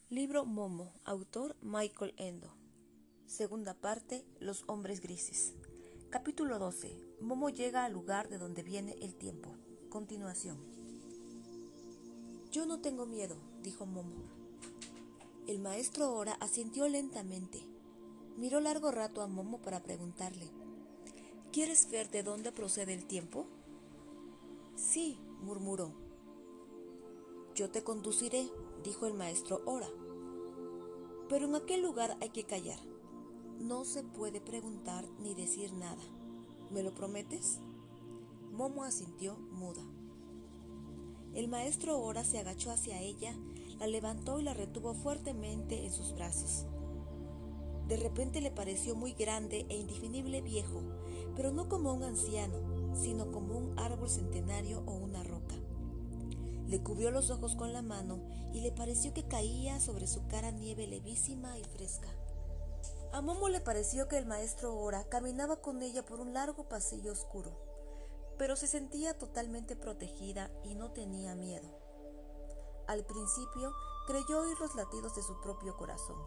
Libro Momo, autor Michael Endo. Segunda parte, Los hombres grises. Capítulo 12. Momo llega al lugar de donde viene el tiempo. Continuación. Yo no tengo miedo, dijo Momo. El maestro Ora asintió lentamente. Miró largo rato a Momo para preguntarle: ¿Quieres ver de dónde procede el tiempo? Sí, murmuró. Yo te conduciré, dijo el maestro Ora. Pero en aquel lugar hay que callar. No se puede preguntar ni decir nada. ¿Me lo prometes? Momo asintió muda. El maestro Ora se agachó hacia ella, la levantó y la retuvo fuertemente en sus brazos. De repente le pareció muy grande e indefinible viejo, pero no como un anciano, sino como un árbol centenario o una roca. Le cubrió los ojos con la mano y le pareció que caía sobre su cara nieve levísima y fresca. A Momo le pareció que el maestro Ora caminaba con ella por un largo pasillo oscuro, pero se sentía totalmente protegida y no tenía miedo. Al principio creyó oír los latidos de su propio corazón,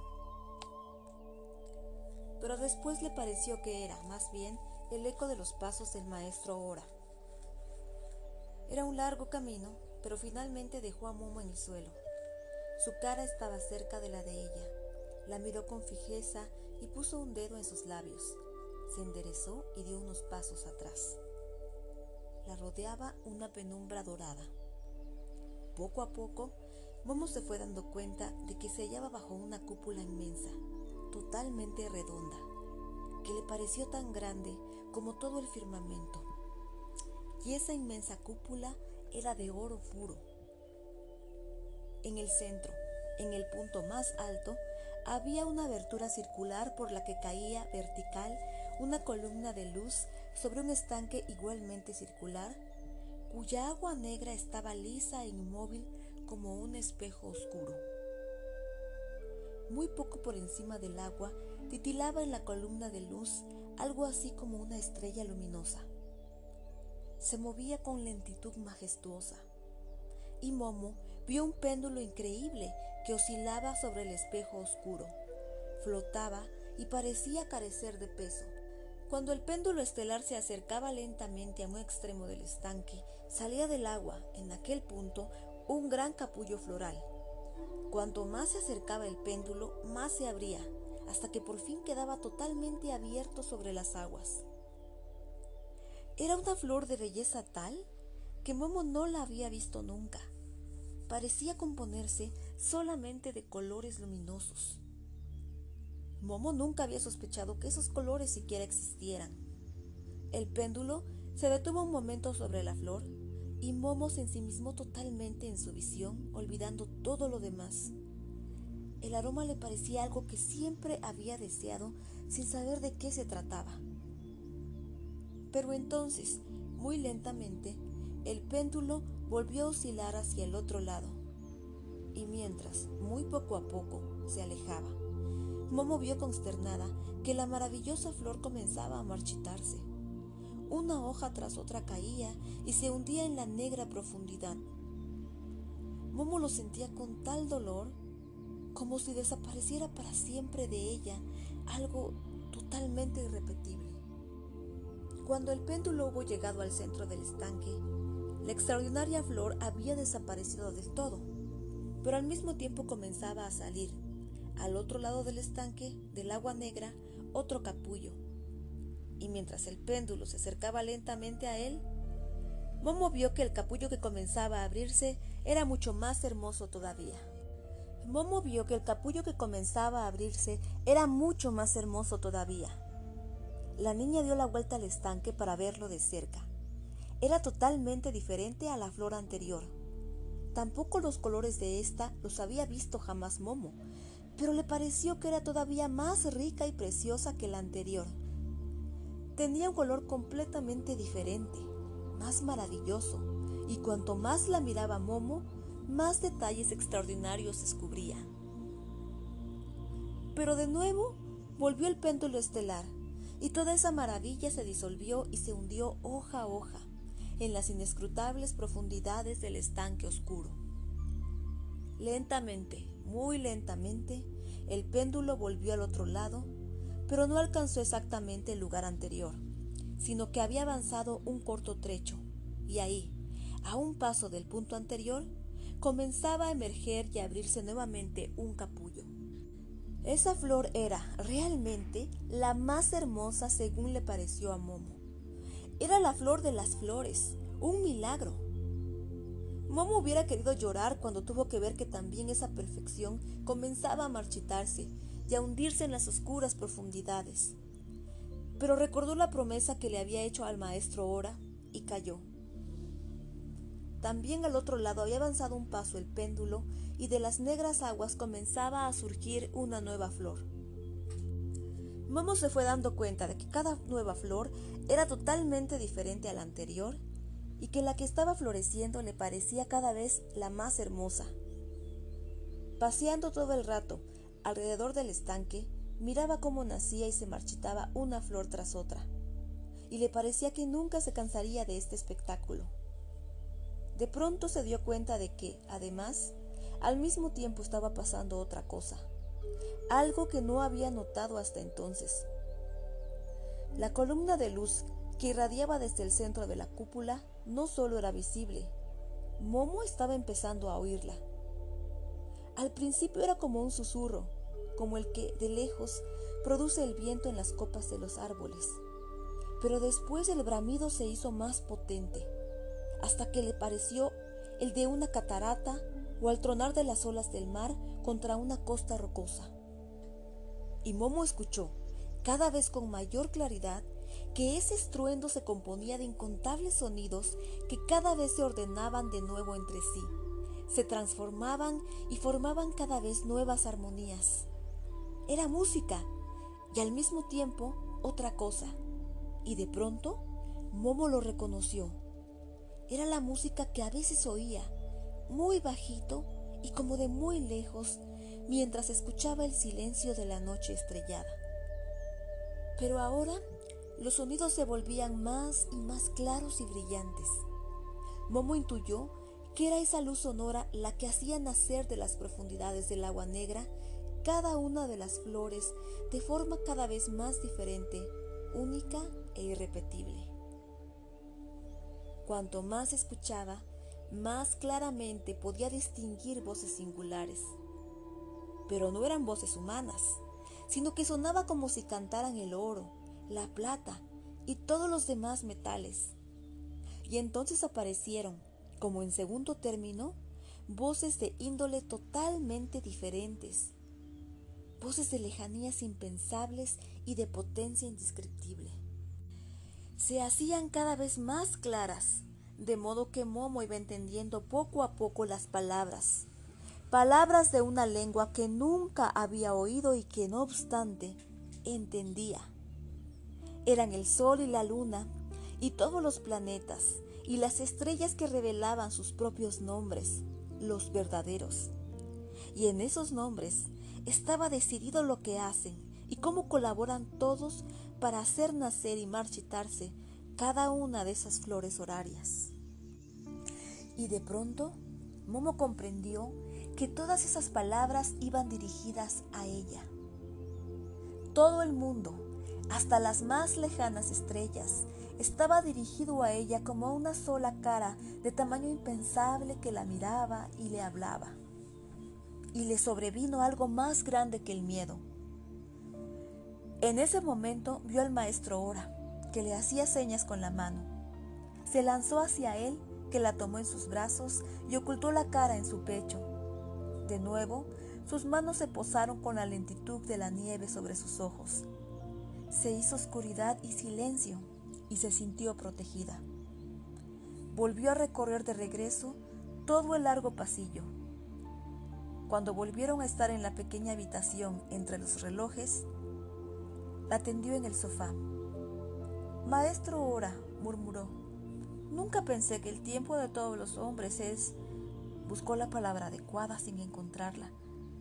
pero después le pareció que era, más bien, el eco de los pasos del maestro Ora. Era un largo camino, pero finalmente dejó a Momo en el suelo. Su cara estaba cerca de la de ella. La miró con fijeza y puso un dedo en sus labios. Se enderezó y dio unos pasos atrás. La rodeaba una penumbra dorada. Poco a poco, Momo se fue dando cuenta de que se hallaba bajo una cúpula inmensa, totalmente redonda, que le pareció tan grande como todo el firmamento. Y esa inmensa cúpula era de oro puro. En el centro, en el punto más alto, había una abertura circular por la que caía vertical una columna de luz sobre un estanque igualmente circular, cuya agua negra estaba lisa e inmóvil como un espejo oscuro. Muy poco por encima del agua titilaba en la columna de luz algo así como una estrella luminosa. Se movía con lentitud majestuosa, y Momo vio un péndulo increíble que oscilaba sobre el espejo oscuro. Flotaba y parecía carecer de peso. Cuando el péndulo estelar se acercaba lentamente a un extremo del estanque, salía del agua, en aquel punto, un gran capullo floral. Cuanto más se acercaba el péndulo, más se abría, hasta que por fin quedaba totalmente abierto sobre las aguas. Era una flor de belleza tal que Momo no la había visto nunca. Parecía componerse solamente de colores luminosos. Momo nunca había sospechado que esos colores siquiera existieran. El péndulo se detuvo un momento sobre la flor y Momo se ensimismó totalmente en su visión, olvidando todo lo demás. El aroma le parecía algo que siempre había deseado sin saber de qué se trataba. Pero entonces, muy lentamente, el péndulo volvió a oscilar hacia el otro lado, y mientras, muy poco a poco, se alejaba, Momo vio consternada que la maravillosa flor comenzaba a marchitarse. Una hoja tras otra caía y se hundía en la negra profundidad. Momo lo sentía con tal dolor, como si desapareciera para siempre de ella algo totalmente irrepetible. Cuando el péndulo hubo llegado al centro del estanque, la extraordinaria flor había desaparecido del todo, pero al mismo tiempo comenzaba a salir, al otro lado del estanque, del agua negra, otro capullo. Y mientras el péndulo se acercaba lentamente a él, Momo vio que el capullo que comenzaba a abrirse era mucho más hermoso todavía. Momo vio que el capullo que comenzaba a abrirse era mucho más hermoso todavía. La niña dio la vuelta al estanque para verlo de cerca. Era totalmente diferente a la flor anterior. Tampoco los colores de esta los había visto jamás Momo, pero le pareció que era todavía más rica y preciosa que la anterior. Tenía un color completamente diferente, más maravilloso, y cuanto más la miraba Momo, más detalles extraordinarios descubría. Pero de nuevo volvió el péndulo estelar, y toda esa maravilla se disolvió y se hundió hoja a hoja en las inescrutables profundidades del estanque oscuro. Lentamente, Muy lentamente, el péndulo volvió al otro lado, pero no alcanzó exactamente el lugar anterior, sino que había avanzado un corto trecho, y ahí, a un paso del punto anterior, comenzaba a emerger y a abrirse nuevamente un capullo. Esa flor era realmente la más hermosa según le pareció a Momo. Era la flor de las flores, un milagro. Momo hubiera querido llorar cuando tuvo que ver que también esa perfección comenzaba a marchitarse y a hundirse en las oscuras profundidades. Pero recordó la promesa que le había hecho al maestro Ora y calló. También al otro lado había avanzado un paso el péndulo y de las negras aguas comenzaba a surgir una nueva flor. Momo se fue dando cuenta de que cada nueva flor era totalmente diferente a la anterior y que la que estaba floreciendo le parecía cada vez la más hermosa. Paseando todo el rato alrededor del estanque, miraba cómo nacía y se marchitaba una flor tras otra, y le parecía que nunca se cansaría de este espectáculo. De pronto se dio cuenta de que, además, al mismo tiempo estaba pasando otra cosa, algo que no había notado hasta entonces. La columna de luz que irradiaba desde el centro de la cúpula no solo era visible, Momo estaba empezando a oírla. Al principio era como un susurro, como el que de lejos produce el viento en las copas de los árboles, pero después el bramido se hizo más potente, hasta que le pareció el de una catarata o al tronar de las olas del mar contra una costa rocosa. Y Momo escuchó, cada vez con mayor claridad, que ese estruendo se componía de incontables sonidos que cada vez se ordenaban de nuevo entre sí, se transformaban y formaban cada vez nuevas armonías. Era música y al mismo tiempo otra cosa, y de pronto Momo lo reconoció. Era la música que a veces oía, muy bajito y como de muy lejos, mientras escuchaba el silencio de la noche estrellada. Pero ahora los sonidos se volvían más y más claros y brillantes. Momo intuyó que era esa luz sonora la que hacía nacer de las profundidades del agua negra cada una de las flores de forma cada vez más diferente, única e irrepetible. Cuanto más escuchaba, más claramente podía distinguir voces singulares. Pero no eran voces humanas, sino que sonaba como si cantaran el oro, la plata y todos los demás metales. Y entonces aparecieron, como en segundo término, voces de índole totalmente diferentes, voces de lejanías impensables y de potencia indescriptible. Se hacían cada vez más claras, de modo que Momo iba entendiendo poco a poco las palabras de una lengua que nunca había oído y que no obstante entendía. Eran el sol y la luna y todos los planetas y las estrellas que revelaban sus propios nombres, los verdaderos. Y en esos nombres estaba decidido lo que hacen y cómo colaboran todos para hacer nacer y marchitarse cada una de esas flores horarias. Y de pronto, Momo comprendió que todas esas palabras iban dirigidas a ella. Todo el mundo, hasta las más lejanas estrellas, estaba dirigido a ella como a una sola cara de tamaño impensable que la miraba y le hablaba. Y le sobrevino algo más grande que el miedo. En ese momento vio al maestro Ora, que le hacía señas con la mano. Se lanzó hacia él, que la tomó en sus brazos y ocultó la cara en su pecho. De nuevo, sus manos se posaron con la lentitud de la nieve sobre sus ojos. Se hizo oscuridad y silencio, y se sintió protegida. Volvió a recorrer de regreso todo el largo pasillo. Cuando volvieron a estar en la pequeña habitación entre los relojes, la tendió en el sofá. «Maestro Ora», murmuró, «nunca pensé que el tiempo de todos los hombres es...». Buscó la palabra adecuada sin encontrarla.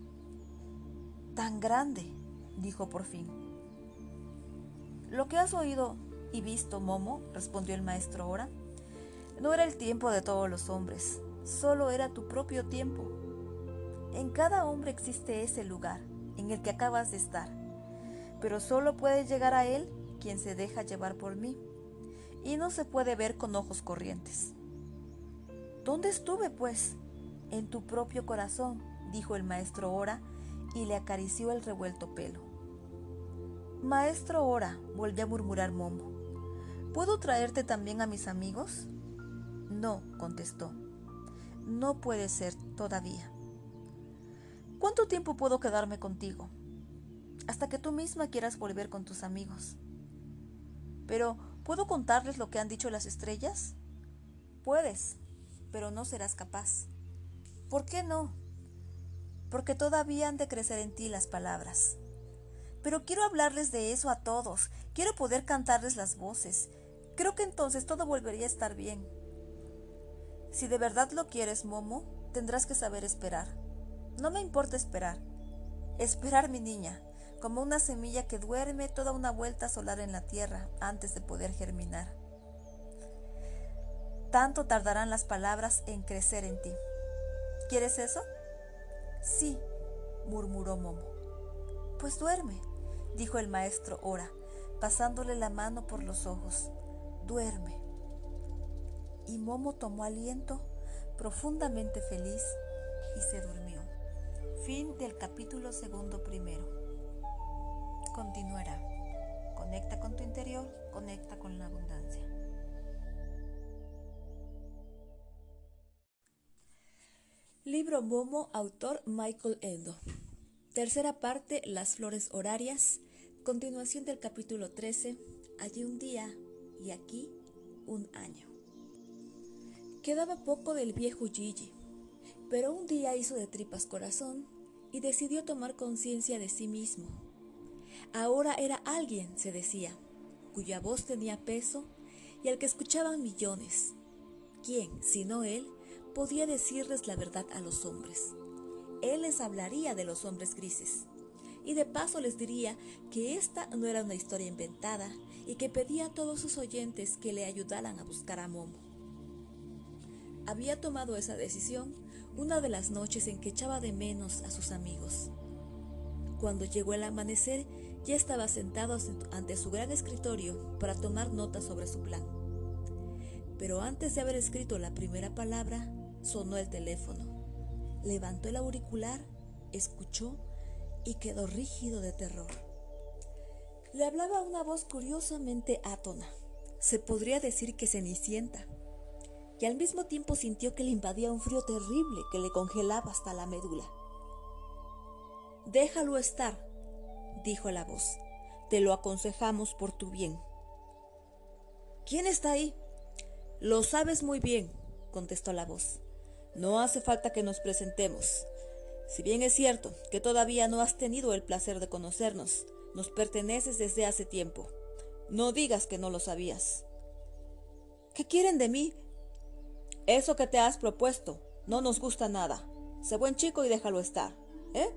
«Tan grande», dijo por fin. «Lo que has oído y visto, Momo», respondió el maestro Ora, «no era el tiempo de todos los hombres, solo era tu propio tiempo». En cada hombre existe ese lugar en el que acabas de estar, pero solo puede llegar a él quien se deja llevar por mí, y no se puede ver con ojos corrientes. ¿Dónde estuve, pues? En tu propio corazón, dijo el maestro Ora, y le acarició el revuelto pelo. Maestro Ora, volvió a murmurar Momo, ¿puedo traerte también a mis amigos? No, contestó. No puede ser todavía. ¿Cuánto tiempo puedo quedarme contigo? Hasta que tú misma quieras volver con tus amigos. Pero, ¿puedo contarles lo que han dicho las estrellas? Puedes, pero no serás capaz. ¿Por qué no? Porque todavía han de crecer en ti las palabras. Pero quiero hablarles de eso a todos, quiero poder cantarles las voces. Creo que entonces todo volvería a estar bien. Si de verdad lo quieres, Momo, tendrás que saber esperar. No me importa esperar. Esperar, mi niña, como una semilla que duerme toda una vuelta solar en la tierra antes de poder germinar. Tanto tardarán las palabras en crecer en ti. ¿Quieres eso? Sí, murmuró Momo. Pues duerme, dijo el maestro Ora, pasándole la mano por los ojos. Duerme. Y Momo tomó aliento, profundamente feliz, y se durmió. Fin del capítulo 2 primero. Continuará. Conecta con tu interior, conecta con la abundancia. Libro Momo, autor Michael Endo. Tercera parte, Las flores horarias. Continuación del capítulo 13, Allí un día y aquí un año. Quedaba poco del viejo Gigi, pero un día hizo de tripas corazón y decidió tomar conciencia de sí mismo. Ahora era alguien, se decía, cuya voz tenía peso y al que escuchaban millones. ¿Quién, sino él, podía decirles la verdad a los hombres? Él les hablaría de los hombres grises y de paso les diría que esta no era una historia inventada y que pedía a todos sus oyentes que le ayudaran a buscar a Momo. Había tomado esa decisión una de las noches en que echaba de menos a sus amigos. Cuando llegó el amanecer, ya estaba sentado ante su gran escritorio para tomar notas sobre su plan. Pero antes de haber escrito la primera palabra, sonó el teléfono. Levantó el auricular, escuchó y quedó rígido de terror. Le hablaba una voz curiosamente átona, se podría decir que cenicienta, y al mismo tiempo sintió que le invadía un frío terrible que le congelaba hasta la médula. «Déjalo estar», dijo la voz. «Te lo aconsejamos por tu bien». «¿Quién está ahí?» «Lo sabes muy bien», contestó la voz. «No hace falta que nos presentemos. Si bien es cierto que todavía no has tenido el placer de conocernos, nos perteneces desde hace tiempo. No digas que no lo sabías». «¿Qué quieren de mí?» «Eso que te has propuesto no nos gusta nada. Sé buen chico y déjalo estar, ¿eh?»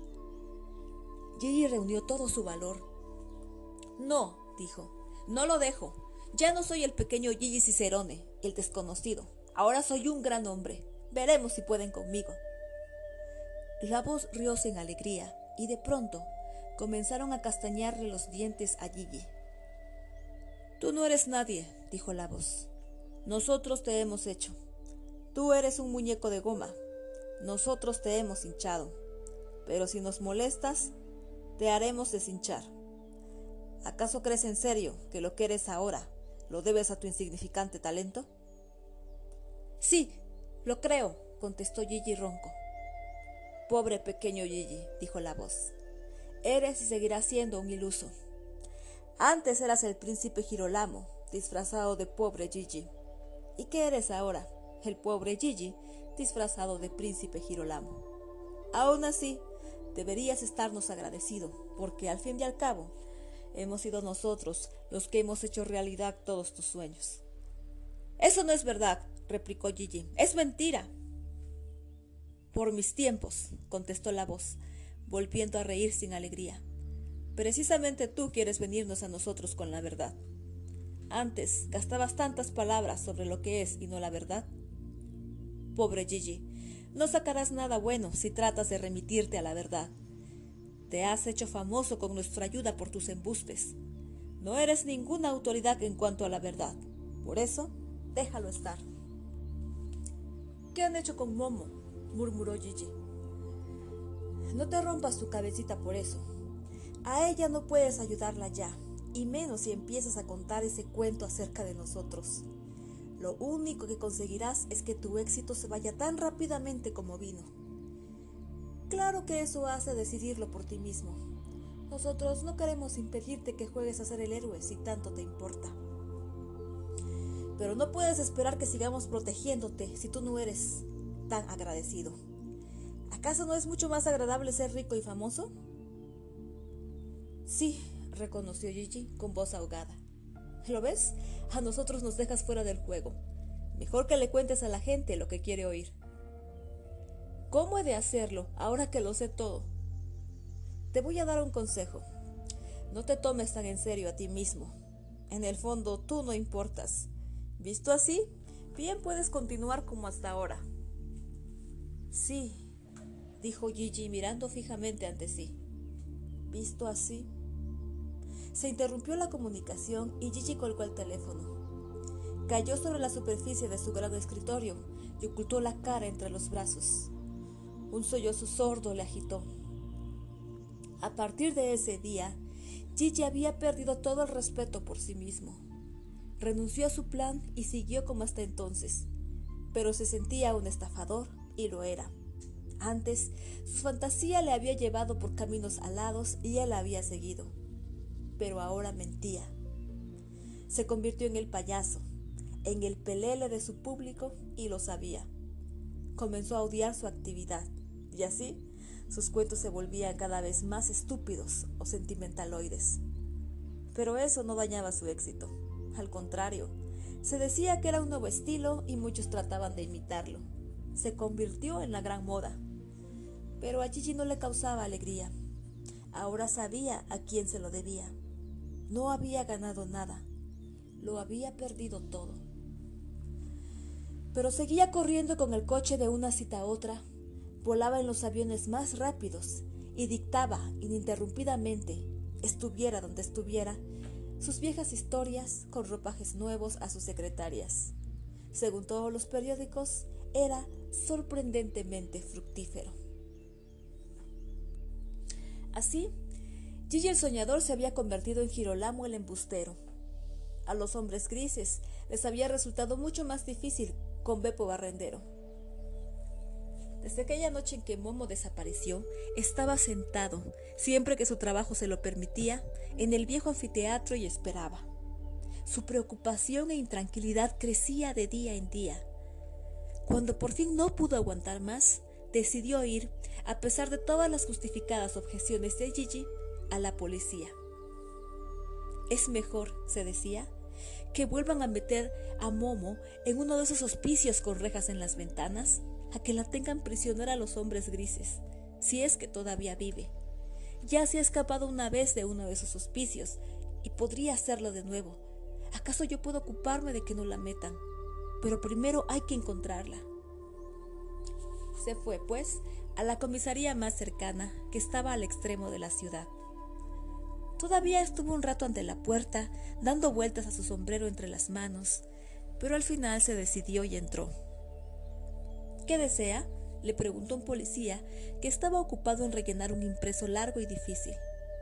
Gigi reunió todo su valor. «No», dijo, «no lo dejo. Ya no soy el pequeño Gigi Cicerone, el desconocido. Ahora soy un gran hombre. Veremos si pueden conmigo». La voz rióse en alegría y de pronto comenzaron a castañarle los dientes a Gigi. «Tú no eres nadie», dijo la voz. «Nosotros te hemos hecho. Tú eres un muñeco de goma. Nosotros te hemos hinchado. Pero si nos molestas, te haremos deshinchar. ¿Acaso crees en serio que lo que eres ahora lo debes a tu insignificante talento?» «Sí, lo creo», contestó Gigi ronco. «Pobre pequeño Gigi», dijo la voz. «Eres y seguirás siendo un iluso. Antes eras el príncipe Girolamo, disfrazado de pobre Gigi. ¿Y qué eres ahora? El pobre Gigi, disfrazado de príncipe Girolamo. Aún así, deberías estarnos agradecido, porque al fin y al cabo, hemos sido nosotros los que hemos hecho realidad todos tus sueños». «Eso no es verdad», replicó Gigi. «Es mentira». «Por mis tiempos», contestó la voz, volviendo a reír sin alegría. «Precisamente tú quieres venirnos a nosotros con la verdad. Antes gastabas tantas palabras sobre lo que es y no la verdad. Pobre Gigi, No sacarás nada bueno si tratas de remitirte a la verdad. Te has hecho famoso con nuestra ayuda por tus embustes. No eres ninguna autoridad en cuanto a la verdad. Por eso, déjalo estar. ¿Qué han hecho con Momo?, murmuró Gigi. No te rompas tu cabecita por eso. A ella no puedes ayudarla ya, y menos si empiezas a contar ese cuento acerca de nosotros. Lo único que conseguirás es que tu éxito se vaya tan rápidamente como vino. Claro que eso has de decidirlo por ti mismo. Nosotros no queremos impedirte que juegues a ser el héroe si tanto te importa. Pero no puedes esperar que sigamos protegiéndote si tú no eres tan agradecido. ¿Acaso no es mucho más agradable ser rico y famoso? Sí, reconoció Gigi con voz ahogada. ¿Lo ves? A nosotros nos dejas fuera del juego. Mejor que le cuentes a la gente lo que quiere oír. ¿Cómo he de hacerlo ahora que lo sé todo? Te voy a dar un consejo. No te tomes tan en serio a ti mismo. En el fondo, tú no importas. Visto así, bien puedes continuar como hasta ahora. Sí, dijo Gigi mirando fijamente ante sí. Visto así. Se interrumpió la comunicación y Gigi colgó el teléfono. Cayó sobre la superficie de su gran escritorio y ocultó la cara entre los brazos. Un sollozo sordo le agitó. A partir de ese día, Gigi había perdido todo el respeto por sí mismo. Renunció a su plan y siguió como hasta entonces, pero se sentía un estafador y lo era. Antes, su fantasía le había llevado por caminos alados y él la había seguido, pero ahora mentía. Se convirtió en el payaso, en el pelele de su público y lo sabía. Comenzó a odiar su actividad y así sus cuentos se volvían cada vez más estúpidos o sentimentaloides. Pero eso no dañaba su éxito. Al contrario, se decía que era un nuevo estilo y muchos trataban de imitarlo. Se convirtió en la gran moda. Pero a Gigi no le causaba alegría. Ahora sabía a quién se lo debía. No había ganado nada. Lo había perdido todo. Pero seguía corriendo con el coche de una cita a otra, volaba en los aviones más rápidos y dictaba ininterrumpidamente, estuviera donde estuviera, sus viejas historias con ropajes nuevos a sus secretarias. Según todos los periódicos, era sorprendentemente fructífero. Así, Gigi el soñador se había convertido en Girolamo el embustero. A los hombres grises les había resultado mucho más difícil con Beppo Barrendero. Desde aquella noche en que Momo desapareció, estaba sentado, siempre que su trabajo se lo permitía, en el viejo anfiteatro y esperaba. Su preocupación e intranquilidad crecía de día en día. Cuando por fin no pudo aguantar más, decidió ir, a pesar de todas las justificadas objeciones de Gigi, a la policía. Es mejor, se decía, que vuelvan a meter a Momo en uno de esos hospicios con rejas en las ventanas, a que la tengan prisionera a los hombres grises, si es que todavía vive. Ya se ha escapado una vez de uno de esos hospicios, y podría hacerlo de nuevo. ¿Acaso yo puedo ocuparme de que no la metan? Pero primero hay que encontrarla. Se fue, pues, a la comisaría más cercana, que estaba al extremo de la ciudad. Todavía estuvo un rato ante la puerta, dando vueltas a su sombrero entre las manos, pero al final se decidió y entró. ¿Qué desea?, le preguntó un policía que estaba ocupado en rellenar un impreso largo y difícil.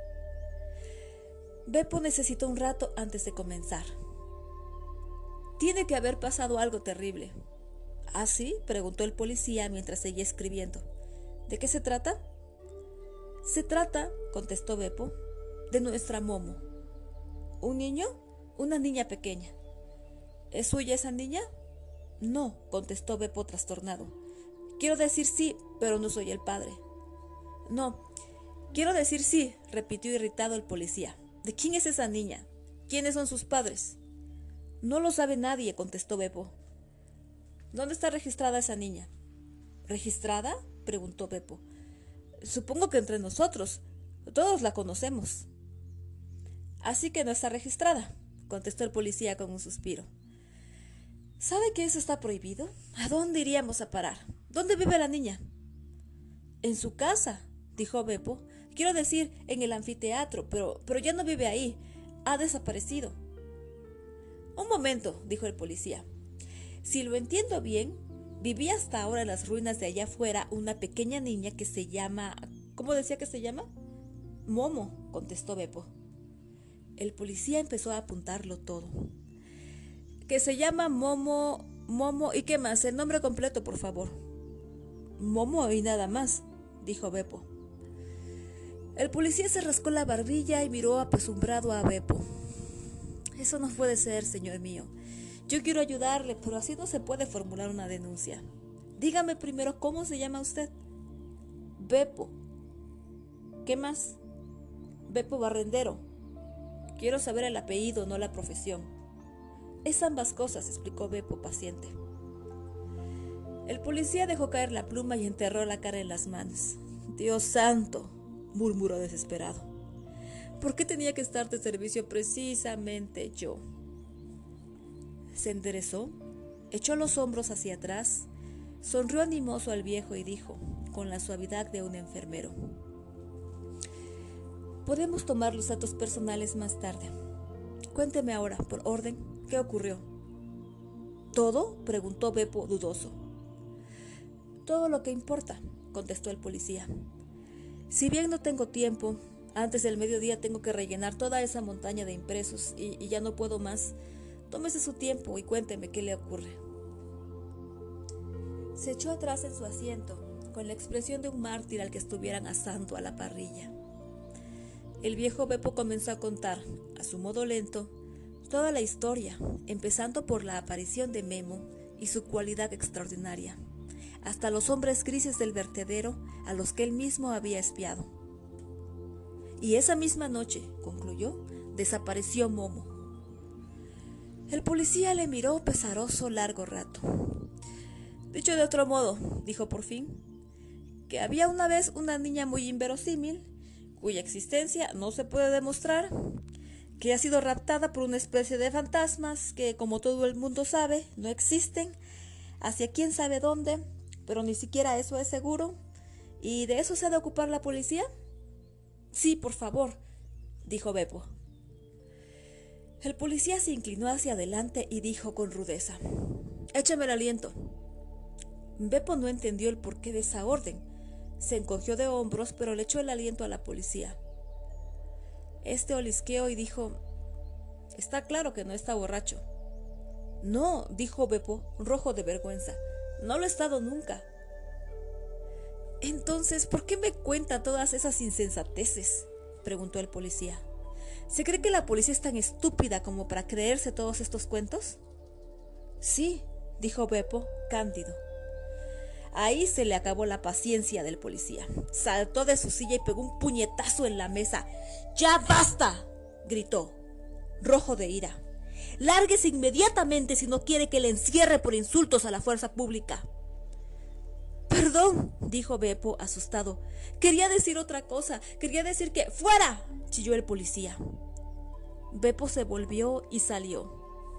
Beppo necesitó un rato antes de comenzar. Tiene que haber pasado algo terrible. ¿Ah, sí?, preguntó el policía mientras seguía escribiendo. ¿De qué se trata? Se trata, contestó Beppo, de nuestra Momo. ¿Un niño? Una niña pequeña. ¿Es suya esa niña? No, contestó Beppo trastornado. Quiero decir sí, pero no soy el padre. No, quiero decir sí, repitió irritado el policía. ¿De quién es esa niña? ¿Quiénes son sus padres? No lo sabe nadie, contestó Beppo. ¿Dónde está registrada esa niña? ¿Registrada?, preguntó Beppo. Supongo que entre nosotros. Todos la conocemos. Así que no está registrada, contestó el policía con un suspiro. ¿Sabe que eso está prohibido? ¿A dónde iríamos a parar? ¿Dónde vive la niña? En su casa, dijo Beppo. Quiero decir, en el anfiteatro, pero ya no vive ahí. Ha desaparecido. Un momento, dijo el policía. Si lo entiendo bien, vivía hasta ahora en las ruinas de allá afuera una pequeña niña que se llama... ¿Cómo decía que se llama? Momo, contestó Beppo. El policía empezó a apuntarlo todo. Que se llama Momo... ¿Y qué más? El nombre completo, por favor. Momo y nada más, dijo Beppo. El policía se rascó la barbilla y miró apesumbrado a Beppo. Eso no puede ser, señor mío. Yo quiero ayudarle, pero así no se puede formular una denuncia. Dígame primero cómo se llama usted. Beppo. ¿Qué más? Beppo Barrendero. Quiero saber el apellido, no la profesión. Es ambas cosas, explicó Beppo, paciente. El policía dejó caer la pluma y enterró la cara en las manos. Dios santo, murmuró desesperado. ¿Por qué tenía que estar de servicio precisamente yo? Se enderezó, echó los hombros hacia atrás, sonrió animoso al viejo y dijo, con la suavidad de un enfermero: podemos tomar los datos personales más tarde. Cuénteme ahora, por orden, ¿qué ocurrió? ¿Todo?, preguntó Beppo dudoso. Todo lo que importa, contestó el policía. Si bien no tengo tiempo, antes del mediodía tengo que rellenar toda esa montaña de impresos y ya no puedo más. Tómese su tiempo y cuénteme qué le ocurre. Se echó atrás en su asiento, con la expresión de un mártir al que estuvieran asando a la parrilla. El viejo Beppo comenzó a contar, a su modo lento, toda la historia, empezando por la aparición de Memo y su cualidad extraordinaria, hasta los hombres grises del vertedero a los que él mismo había espiado. Y esa misma noche, concluyó, desapareció Momo. El policía le miró pesaroso largo rato. Dicho de otro modo, dijo por fin, que había una vez una niña muy inverosímil, cuya existencia no se puede demostrar, que ha sido raptada por una especie de fantasmas que, como todo el mundo sabe, no existen, hacia quién sabe dónde, pero ni siquiera eso es seguro. ¿Y de eso se ha de ocupar la policía? Sí, por favor, dijo Beppo. El policía se inclinó hacia adelante y dijo con rudeza: échame el aliento. Beppo no entendió el porqué de esa orden. Se encogió de hombros, pero le echó el aliento a la policía. Este olisqueó y dijo: está claro que no está borracho. No, dijo Beppo, rojo de vergüenza. No lo he estado nunca. Entonces, ¿por qué me cuenta todas esas insensateces?, preguntó el policía. ¿Se cree que la policía es tan estúpida como para creerse todos estos cuentos? Sí, dijo Beppo, cándido. Ahí se le acabó la paciencia del policía. Saltó de su silla y pegó un puñetazo en la mesa. ¡Ya basta!, gritó, rojo de ira. Lárguese inmediatamente si no quiere que le encierre por insultos a la fuerza pública. Perdón, dijo Beppo, asustado. Quería decir otra cosa. Quería decir que... ¡Fuera!, chilló el policía. Beppo se volvió y salió.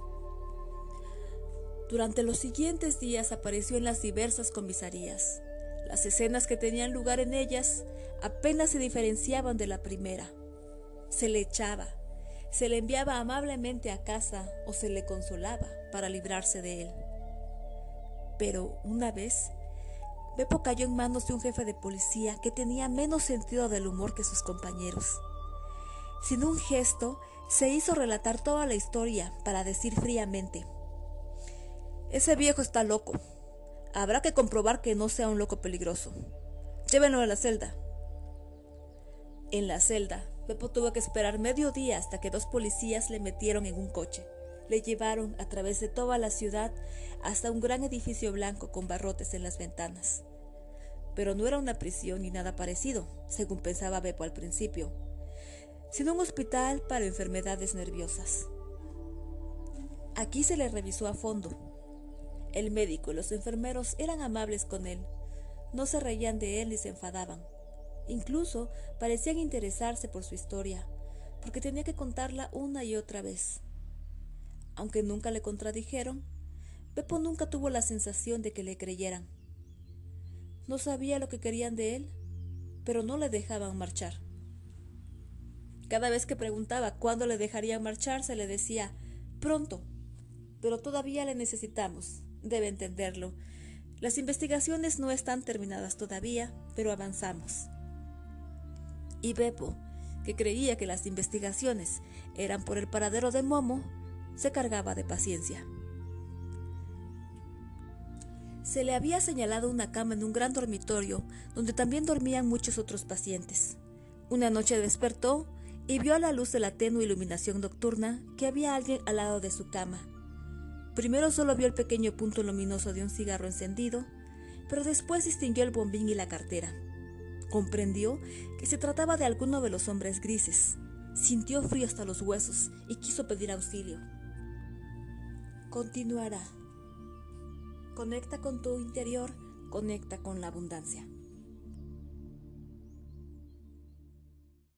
Durante los siguientes días apareció en las diversas comisarías. Las escenas que tenían lugar en ellas apenas se diferenciaban de la primera. Se le echaba, se le enviaba amablemente a casa o se le consolaba para librarse de él. Pero una vez, Beppo cayó en manos de un jefe de policía que tenía menos sentido del humor que sus compañeros. Sin un gesto, se hizo relatar toda la historia para decir fríamente: ese viejo está loco. Habrá que comprobar que no sea un loco peligroso. Llévenlo a la celda. En la celda, Beppo tuvo que esperar medio día hasta que 2 policías le metieron en un coche. Le llevaron a través de toda la ciudad hasta un gran edificio blanco con barrotes en las ventanas. Pero no era una prisión ni nada parecido, según pensaba Beppo al principio, sino un hospital para enfermedades nerviosas. Aquí se le revisó a fondo. El médico y los enfermeros eran amables con él, no se reían de él ni se enfadaban. Incluso parecían interesarse por su historia, porque tenía que contarla una y otra vez. Aunque nunca le contradijeron, Beppo nunca tuvo la sensación de que le creyeran. No sabía lo que querían de él, pero no le dejaban marchar. Cada vez que preguntaba cuándo le dejarían marchar, se le decía: pronto, pero todavía le necesitamos, debe entenderlo. Las investigaciones no están terminadas todavía, pero avanzamos. Y Beppo, que creía que las investigaciones eran por el paradero de Momo, se cargaba de paciencia. Se le había señalado una cama en un gran dormitorio, donde también dormían muchos otros pacientes. Una noche despertó y vio a la luz de la tenue iluminación nocturna que había alguien al lado de su cama. Primero solo vio el pequeño punto luminoso de un cigarro encendido, pero después distinguió el bombín y la cartera. Comprendió que se trataba de alguno de los hombres grises. Sintió frío hasta los huesos y quiso pedir auxilio. Continuará. Conecta con tu interior, conecta con la abundancia.